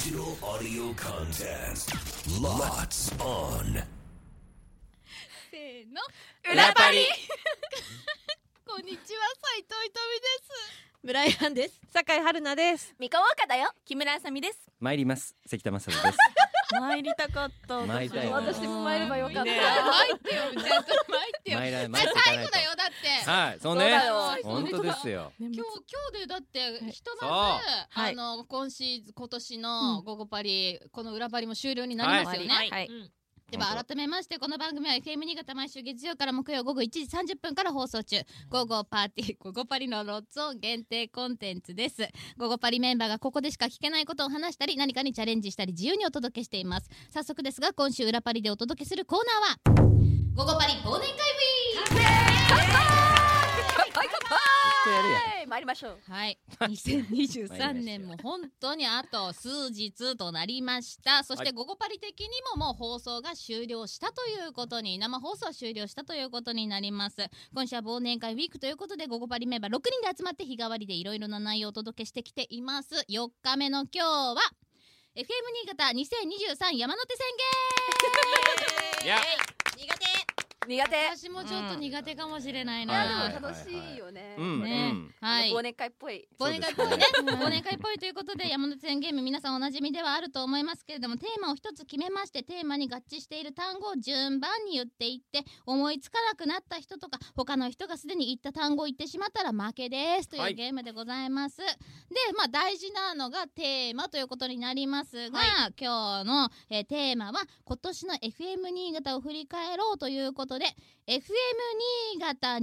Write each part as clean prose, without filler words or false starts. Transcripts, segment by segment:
Digital audio contest. Lots on. せーの、 裏パリこんにちは、斉藤ひとみです。 ブライアンです。 酒井春奈です。 三河岡だよ。 木村あさみです。 参ります。関田正人です。 参りたかった。 参りたいな。 私も参ればよかった。 ね、参ってよ、ちゃんと参ってよ。 参らない。 最後だよ、だって。 はい、そうね。 そう本当ですよ。 今日でだってひとそうまず今年の午後パリ、この裏パリも終了になりますよね。 はい。 では改めまして、この番組は FM 新潟毎週月曜から木曜午後1時30分から放送中、午後パリのロッツオン限定コンテンツです。午後パリメンバーがここでしか聞けないことを話したり、何かにチャレンジしたり、自由にお届けしています。早速ですが、今週裏パリでお届けするコーナーは午後パリ忘年会ウィーク。 参りましょう。 はい、2023年も本当にあと数日となりました。そして午後パリ的にももう放送が終了したということに、生放送は終了したということになります。今週は忘年会ウィークということで、午後パリメンバー6人で集まって日替わりでいろいろな内容をお届けしてきています。4日目の今日は FM 新潟2023山手宣言。 いや、 苦手。 私もちょっと苦手かもしれないはいな。 でも楽しいよね。 ね、はい。 忘年会っぽい。 忘年会っぽいね。忘年会っぽいということで、山手線ゲーム皆さんおなじみではあると思いますけれども、テーマを一つ決めまして、テーマに合致している単語を順番に言っていって、思いつかなくなった人とか他の人がすでに言った単語を言ってしまったら負けですというゲームでございます。で、大事なのがテーマということになりますが、今日の、テーマは今年の FM 新潟を振り返ろうということで、FM 新潟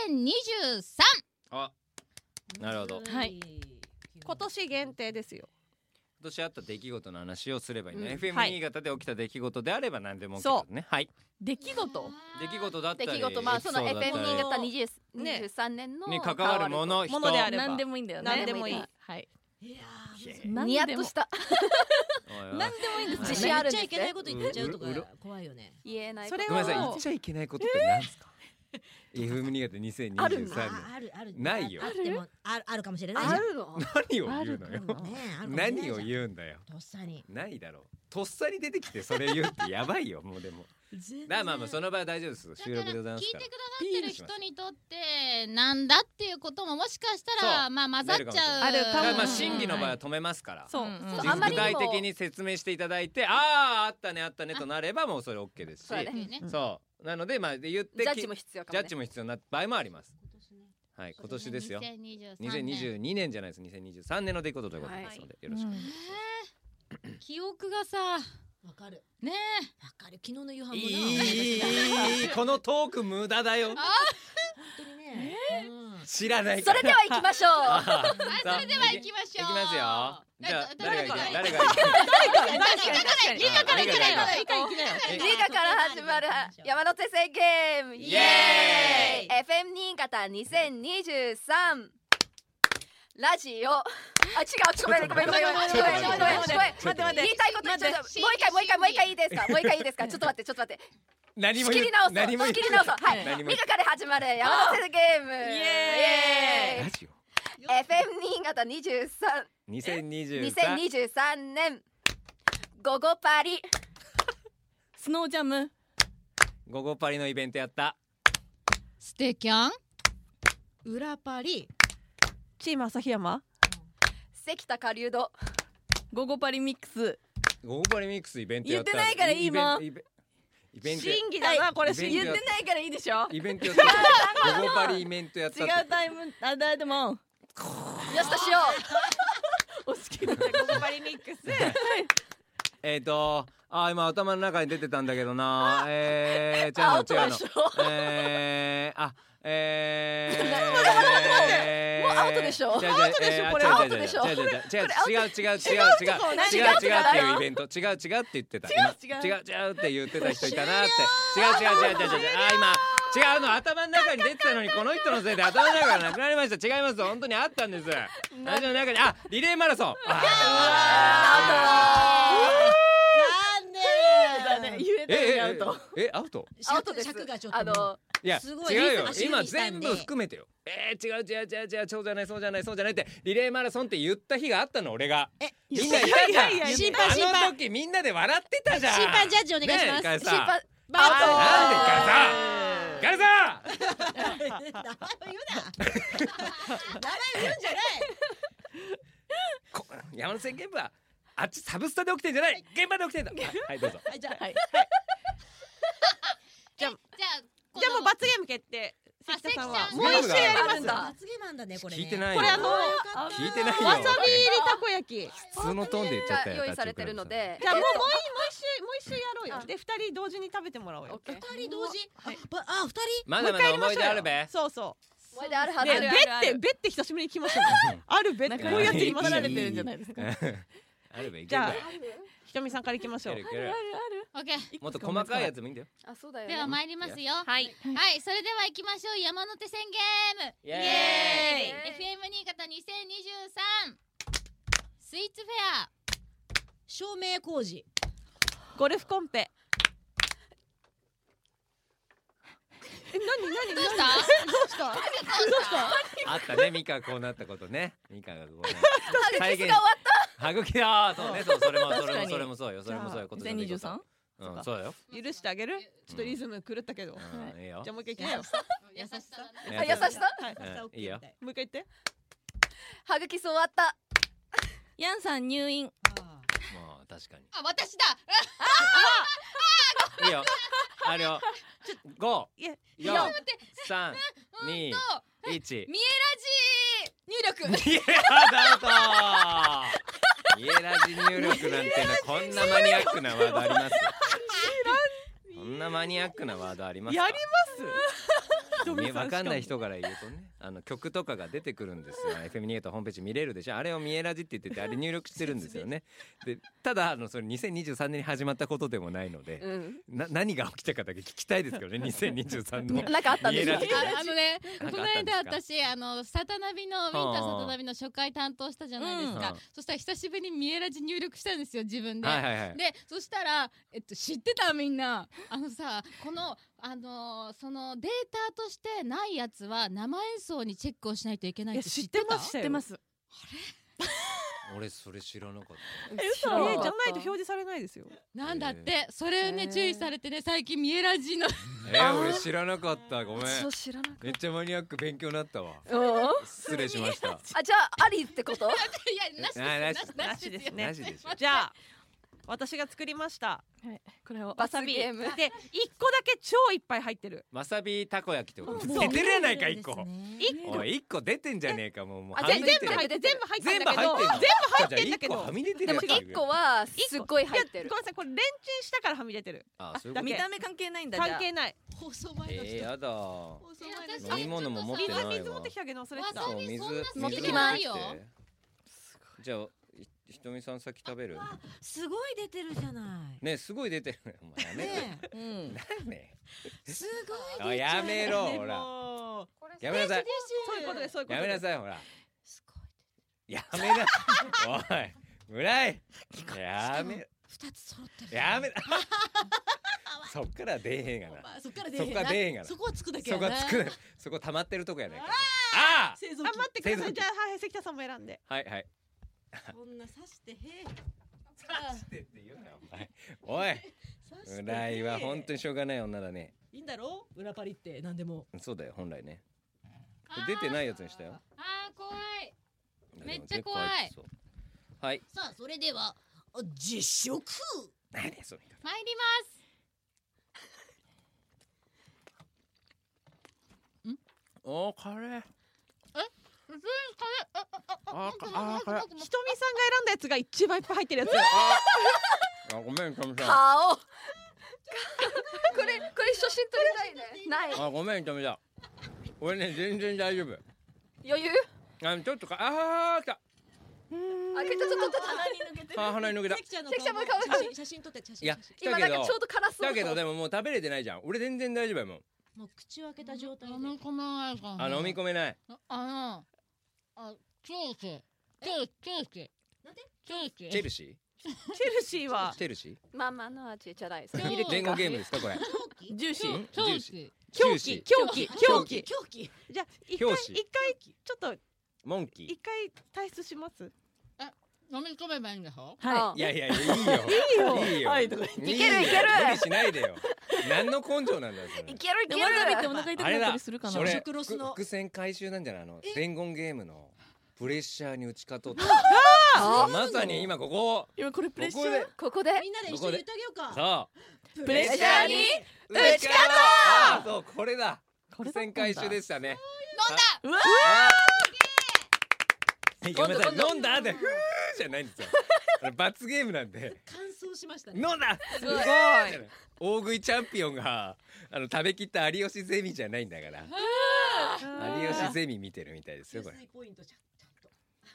2023。 あ、なるほど。 はい。今年限定ですよ。 今年あった出来事の話をすればいいね。 は FM い新潟で起きた出来事であれば何でも OK ですね。はい。 出来事。 出来事だったり、 出来事、その FM 新潟ね 23年のに関わるもの、人ものであれば何でもいいんだよね。 何でもいい。はい。 ニヤッとした。 何でもいいんです。 自信あるんです言っちゃいけないこと言っちゃうとか怖いよね。 言えない。 それごめんなさい、言っちゃいけないことって何ですか？FM 新潟2023年。 あるないよ。 あってもあるかもしれない。 あるの？ 何を言うのよ。何をう？ 言うんだよ。 とっさに。 ないだろう。とっさに出てきてそれ言うってやばいよ。もうでも。まあその場は大丈夫です。収録でございますから。 聞いてくださってる人にとってなんだっていうことももしかしたら混ざっちゃう。 あるかも。 審議の場合は止めますから。 そう。 具体的に説明していただいて、あったねとなればもうそれ OK ですし。そうなので言ってジャッジも必要かもね。 ジャッジも必要な場合もあります。はい、今年ですよ。2022年じゃないです。2023年の出来事ということですので、よろしくお願いします。 記憶がさ、 わかる。 ねえ。 わかる。昨日の夕飯もな。 いいこのトーク無駄だよ。 本当にね。 知らないそれでは行きましょう。 それでは行きましょう。 行きますよ。じゃあ誰がリカから始まる山手線ゲーム。イエーイ。 FM 新潟2023ラジオ。ごめん。言いたいこともう一回いいですか？もう一回いいですか？ちょっと待って。 何も仕切り直そう。はい。 何もミカから始まる山手線ゲーム。イエーイ。 ラジオ FM 新潟2023年午後パリスノージャム午後パリのイベントやった。 ステキャン裏パリチーム旭山関田狩人午後パリミックス。 午後パリミックスイベントやった。 言ってないからいいもん。 イベント審議だなこれ。 言言ってないからいいでしょ。 イベントやった。午後パリイベントやった。 違うタイムでもよしとしよう。お好きな午後パリミックス。 今頭の中に出てたんだけどな。違うの。 もうアウトでしょ。 これアウトでしょ。違うっていうイベント。違うって言ってた。違うって言ってた人いたなって。違う。今違うの頭の中に出てたのにこの人のせいで頭の中がなくなりました。違います。本当にあったんです。頭の中にリレーマラソン。 残念。言えたよアウト。 アウト。 アウトです。 尺がちょっといやすごい違うよ足踏今みしたんで全部含めてよ違うそうじゃないそうじゃないそうじゃないってリレーマラソンって言った日があったの俺がみんないたじゃんいやいやいや審判審あの判時みんなで笑ってたじゃん審判ジャッジお願いします。 ねえ審判バーなんでガルさ名前言うな。名前言うんじゃない。 山手線現場あっちサブスタで起きてんじゃない現場で起きてんだはいどうぞはいじゃあはいじゃあじゃあもう罰ゲーム決定。関田さんはあもう一周やります。 あるんだ罰ゲームなんだねこれね。 聞いてないよこれ聞いてないよわさび入りたこ焼き。 普通のトーンで言っちゃったよ用意されてるのでじゃあもう一周やろうよ。で二人同時に食べてもらおうよ。 オッケー二人同時。 はいあ二人。 まだまだ思い出あるべそうそ思い出あるはう。 ずでベって久しぶりに来ましたね。あるべってこういうやついましたね。 いいですかあるべいけるじゃあかひとみさんから行きましょう。 いけるオッケー。 もっと細かいやつもいいんだよあそうだよではね参りますよ。 はい。 はい、それでは行きましょう。山手線ゲーム。 イエーイ FM 新潟2023スイーツフェア。 照明工事。 ゴルフコンペ。何どうした？ どうしたあったねミカこうなったことねミカがこうね再現が終わっ歯茎だそうねそうそれも確かにそれもそうよそれもそうよ今年の出来事 2023？ うんそうよ許してあげる？ちょっとリズム狂ったけど。 うんいいよじゃあもう一回行けよ。 優しさだね。 あ優しさはい。 うんいいよもう一回言って。 歯茎そう終わったヤンさん入院。 もう確かにあ、私だ。 いいよあれよ五いや四三二一ミエラジ入力。 いやだとイエラジ入力なんてのはこんなマニアックなワードありますこんなマニアックなワードありますかやりますわかんない人から言うとね曲とかが出てくるんですよFM 新潟ホームページ見れるでしょあれをミエラジって言っててあれ入力してるんですよねでただそれ2023年に始まったことでもないので、何が起きたかだけ聞きたいですけどね2023のなんかあったんですかミエラジあのね、 なんこのかあったんですか間私サタナビのウィンターサタナビの初回担当したじゃないですか、 うんそしたら久しぶりにミエラジ入力したんですよ自分で、 はいはいはいでそしたら、知ってたみんなさこのそのデータとしてないやつは生演奏にチェックをしないといけないって知ってた？ 知ってます。 俺それ知らなかったじゃないと表示されないですよ。 なんだってそれをね注意されてね最近ミエラジの俺知らなかったごめんそう知らなかっめっちゃマニアック勉強になったわたうん失礼しましたあじゃあありってこといやなしですなしなしですよねなしでしょじゃあ私が作りました。これを罰ゲームで一個だけ超いっぱい入ってる。 わさびたこ焼きってことそう出てるやないか一個一個おい一個出てんじゃねえかもうあはみ出てる全部入って全部入ってん全部だけど入ってんの全部入ってんだけどじゃあ一個はみ出てるでもやつ一個はすっごい入ってるごめんなさいこれレンチンしたからはみ出てる。 あそういうこと見た目関係ないんだ関係ない。 細前の人。 やだ細前の人飲み物も持ってないわ水持ってきてあげるの忘れてた。 そう水持ってきます水持ってきてじゃあひとみさん先食べるすごい出てるじゃない。 ねすごい出てるねお前やめねえ。 うんなんねすごいおいやめろほらもうやめなさいそういうことですそういうことやめない。 さいほらすごい。 やめなおい村井やめ二つ揃ってる。 やめそっから出えへんがなまあそっから出そっから出えへんがなそこはつくだけそやな。 こはつくそこ溜まってるとこやないかあ製造機。 あ待ってくださ製造機いじゃあはい関田さんも選んで。 はいはいこんな刺してへ。 って言うなお前おい刺してへ村井は本当にしょうがない女だねいいんだろう？裏パリって何でも。 そうだよ本来ねこれ出てないやつにしたよあー怖い。めっちゃでも怖い結構入ってそうはいさあそれでは実食。 何それ参ります。 おーカレー普通にあひとみさんが選んだやつが一番いっぱい入ってるやつ。 あごめんひとみさん顔これ写真撮りたいねないあごめんひとみさん俺ね全然大丈夫余裕ちょっとかあー来たあちょっと鼻に抜けた関ちゃんの関ちゃんも顔顔写真撮って写真。 いや今なんかちょうど辛そうだけどでももう食べれてないじゃん俺全然大丈夫やもんもう口を開けた状態で。 飲み込めないかな。 飲み込めないチェルシー。チェルシー。 なんで？ チェルシー。 チェルシチェルシーはーチェルシママの味じゃないですそうー言語ゲームですかこれジューシー。 チェルシー。 チ狂気狂気狂気狂気じゃあ一狂気回ちょっとモンキー一回退出します飲み込めばいいんだよはいやいやいいよいいよはいとかいけるいける無理しないでよ何の根性なんだよそれいけるいけるでもわさびってお腹痛くなったりするかな俺食ロスの伏線回収なんじゃない伝言ゲームのプレッシャーに打ち勝とうとあまさに今ここ今これプレッシャーここでここでみんなで一緒に言ってあげようかそうプレッシャーに打ち勝とうあそうこれだこれだったんだ伏線回収でしたねうわごめんなさい飲んだってふーじゃないんですよ罰ゲームなんで乾燥しましたね飲んだすごい大食いチャンピオンが食べきった有吉ゼミじゃないんだから有吉ゼミ見てるみたいですよこれ救済ポイントちゃんと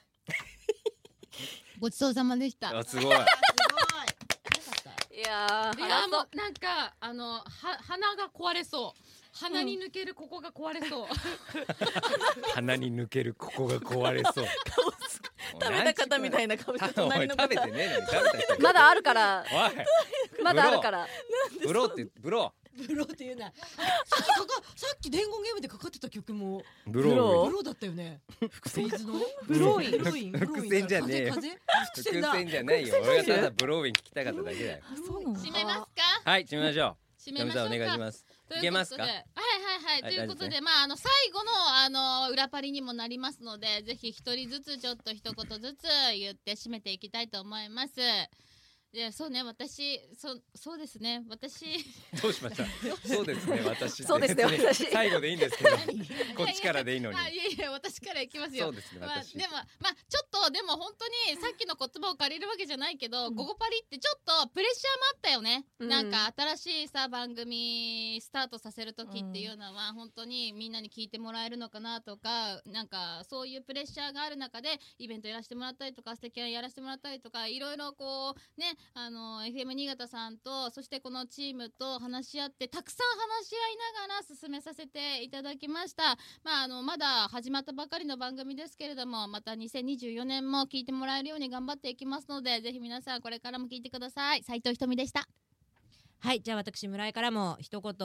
ごちそうさまでした。 あすごいすごいよかったいやーいやもうなんか鼻が壊れそう。鼻に抜けるここが壊れそう。 鼻に抜けるここが壊れそう食べた方みたいな顔して隣の方食べてねえのに食べた人まだあるからおいまだあるからブローってブロブローっていうなさっき伝言ゲームでかかってた曲もーブローブローだったよね伏線のブローインブローイン伏線じゃねえよ風伏伏線だ線じゃないよ俺がただブローウィン聞きたかっただけだよそうなの締めますか。 はい締めましょう締めましょうか。 お願いしますといけますかいうことではいということで、まあ最後の裏パリにもなりますので、ぜひ一人ずつちょっと一言ずつ言って締めていきたいと思います。でそうねそうですね私どうしましたそうですね私そうですね別に私最後でいいんですけどこっちからでいいのにあいや私からいきますよ。 そうですねまあ、 私でもちょっとでも本当にさっきの言葉を借りるわけじゃないけど、ゴゴパリってちょっとプレッシャーもあったよね、 うんなんか新しいさ番組スタートさせる時っていうのは本当にみんなに聞いてもらえるのかなとか、なんかそういうプレッシャーがある中でイベントやらせてもらったりとか素敵なやらせてもらったりとかいろいろこうねFM 新潟さんとそしてこのチームと話し合ってたくさん話し合いながら進めさせていただきました。まだ始まったばかりの番組ですけれども、また2024年も聞いてもらえるように頑張っていきますので、ぜひ皆さんこれからも聞いてください。斉藤ひとみでした。 はい、じゃあ私村井からも一言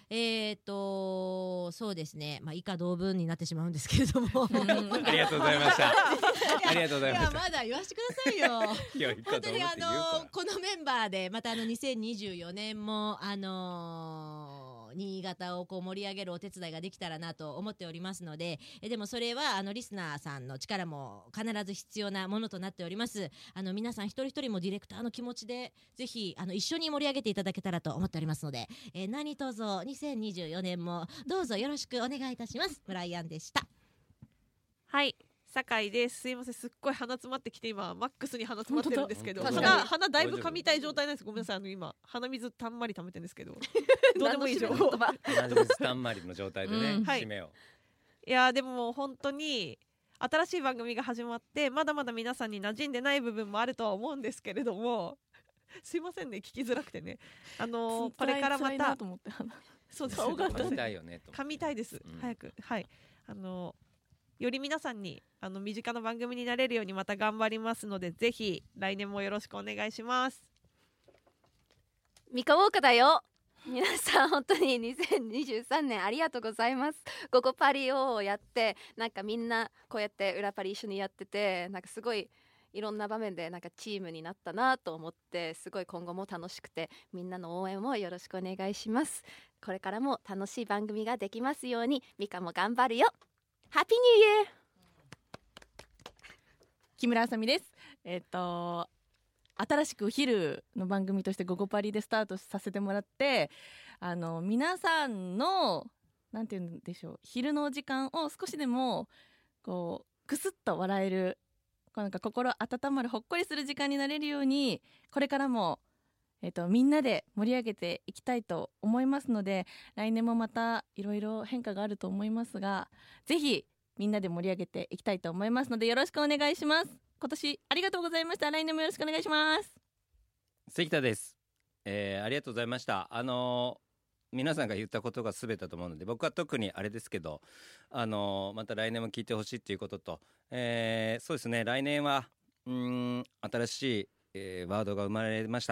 そうですね、以下同文になってしまうんですけれどもありがとうございましたありがとうございましたまだ言わせてくださいよいやいいか本当にと思って言うからこのメンバーでまた2024年も新潟をこう盛り上げるお手伝いができたらなと思っておりますので、でもそれはリスナーさんの力も必ず必要なものとなっております。皆さん一人一人もディレクターの気持ちでぜひ一緒に盛り上げていただけたらと思っておりますので、何卒2024年もどうぞよろしくお願いいたします。村井杏でした。 はい酒井です。すいませんすっごい鼻詰まってきて今マックスに鼻詰まってるんですけど本当だ鼻だいぶ噛みたい状態なんです。ごめんなさい今鼻水たんまり溜めてるんですけどどうでもいい情報何の言葉鼻水たんまりの状態でね、 うんはい締めをいやでも本当に新しい番組が始まってまだまだ皆さんに馴染んでない部分もあるとは思うんですけれどもすいませんね聞きづらくてねこれからまたそうですね噛みたいよねと噛みたいです、 うん早くはいより皆さんに身近な番組になれるようにまた頑張りますのでぜひ来年もよろしくお願いします。 ミカウォーカだよ皆さん本当に2023年ありがとうございます。ゴゴパリをやってなんかみんなこうやって裏パリ一緒にやっててなんかすごいいろんな場面でなんかチームになったなと思ってすごい今後も楽しくてみんなの応援もよろしくお願いします。これからも楽しい番組ができますようにミカも頑張るよ。ハッピーニューイヤー。 木村あさみです。新しくお昼の番組としてゴゴパリでスタートさせてもらって皆さんのなんて言うんでしょう昼の時間を少しでもこうクスッと笑えるこうなんか心温まるほっこりする時間になれるようにこれからもみんなで盛り上げていきたいと思いますので来年もまたいろいろ変化があると思いますがぜひみんなで盛り上げていきたいと思いますのでよろしくお願いします。今年ありがとうございました。来年もよろしくお願いします。 関田です、ありがとうございました。皆さんが言ったことが全てだと思うので僕は特にあれですけどまた来年も聞いてほしいということと、そうですね来年は新しいワードが生まれました。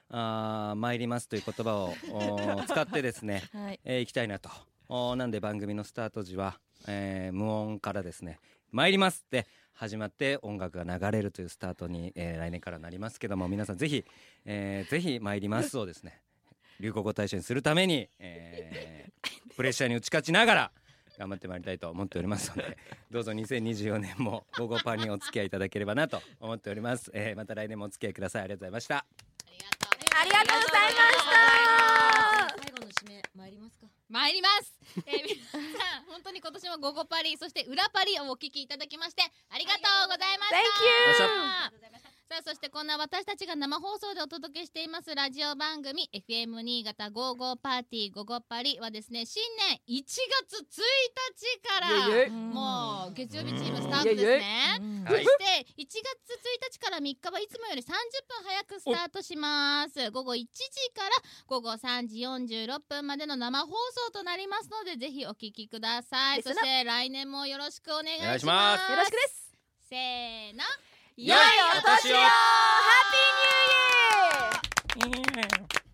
参りますという言葉を使ってですね、 はいいきたいなと。なんで番組のスタート時は、無音からですね参りますって始まって音楽が流れるというスタートに、来年からなりますけども、皆さんぜひ、ぜひ参りますをですね流行語大賞にするために、プレッシャーに打ち勝ちながら頑張ってまいりたいと思っておりますので、どうぞ2024年も午後パンにお付き合いいただければなと思っております。また来年もお付き合いください。ありがとうございました。 ありがとうございました。 最後の締め参りますか。 参ります、皆さん本当に今年も午後パリそして裏パリをお聞きいただきましてありがとうございました。 Thank you。 さあそしてこんな私たちが生放送でお届けしていますラジオ番組 FM 新潟ゴーゴーパーティー午後パリはですね、新年1月1日からもう月曜日チームスタートですね。そして1月1日から3日はいつもより30分早くスタートします。午後1時から午後3時46分までの生放送となりますのでぜひお聞きください。そして来年もよろしくお願いします。 お願いします。 よろしくです。 せーの、 良いお年を。ハッピーニューイヤー。 イエーイ